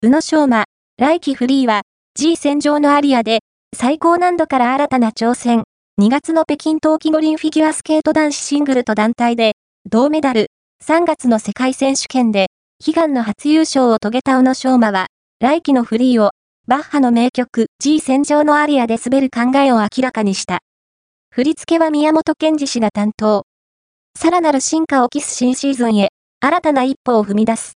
宇野昌磨、来季フリーは、G 戦場のアリアで、最高難度から新たな挑戦。2月の北京冬季五輪フィギュアスケート男子シングルと団体で、銅メダル。3月の世界選手権で、悲願の初優勝を遂げた宇野昌磨は、来季のフリーを、バッハの名曲 G 戦場のアリアで滑る考えを明らかにした。振り付けは宮本賢二氏が担当。さらなる進化を期す新シーズンへ、新たな一歩を踏み出す。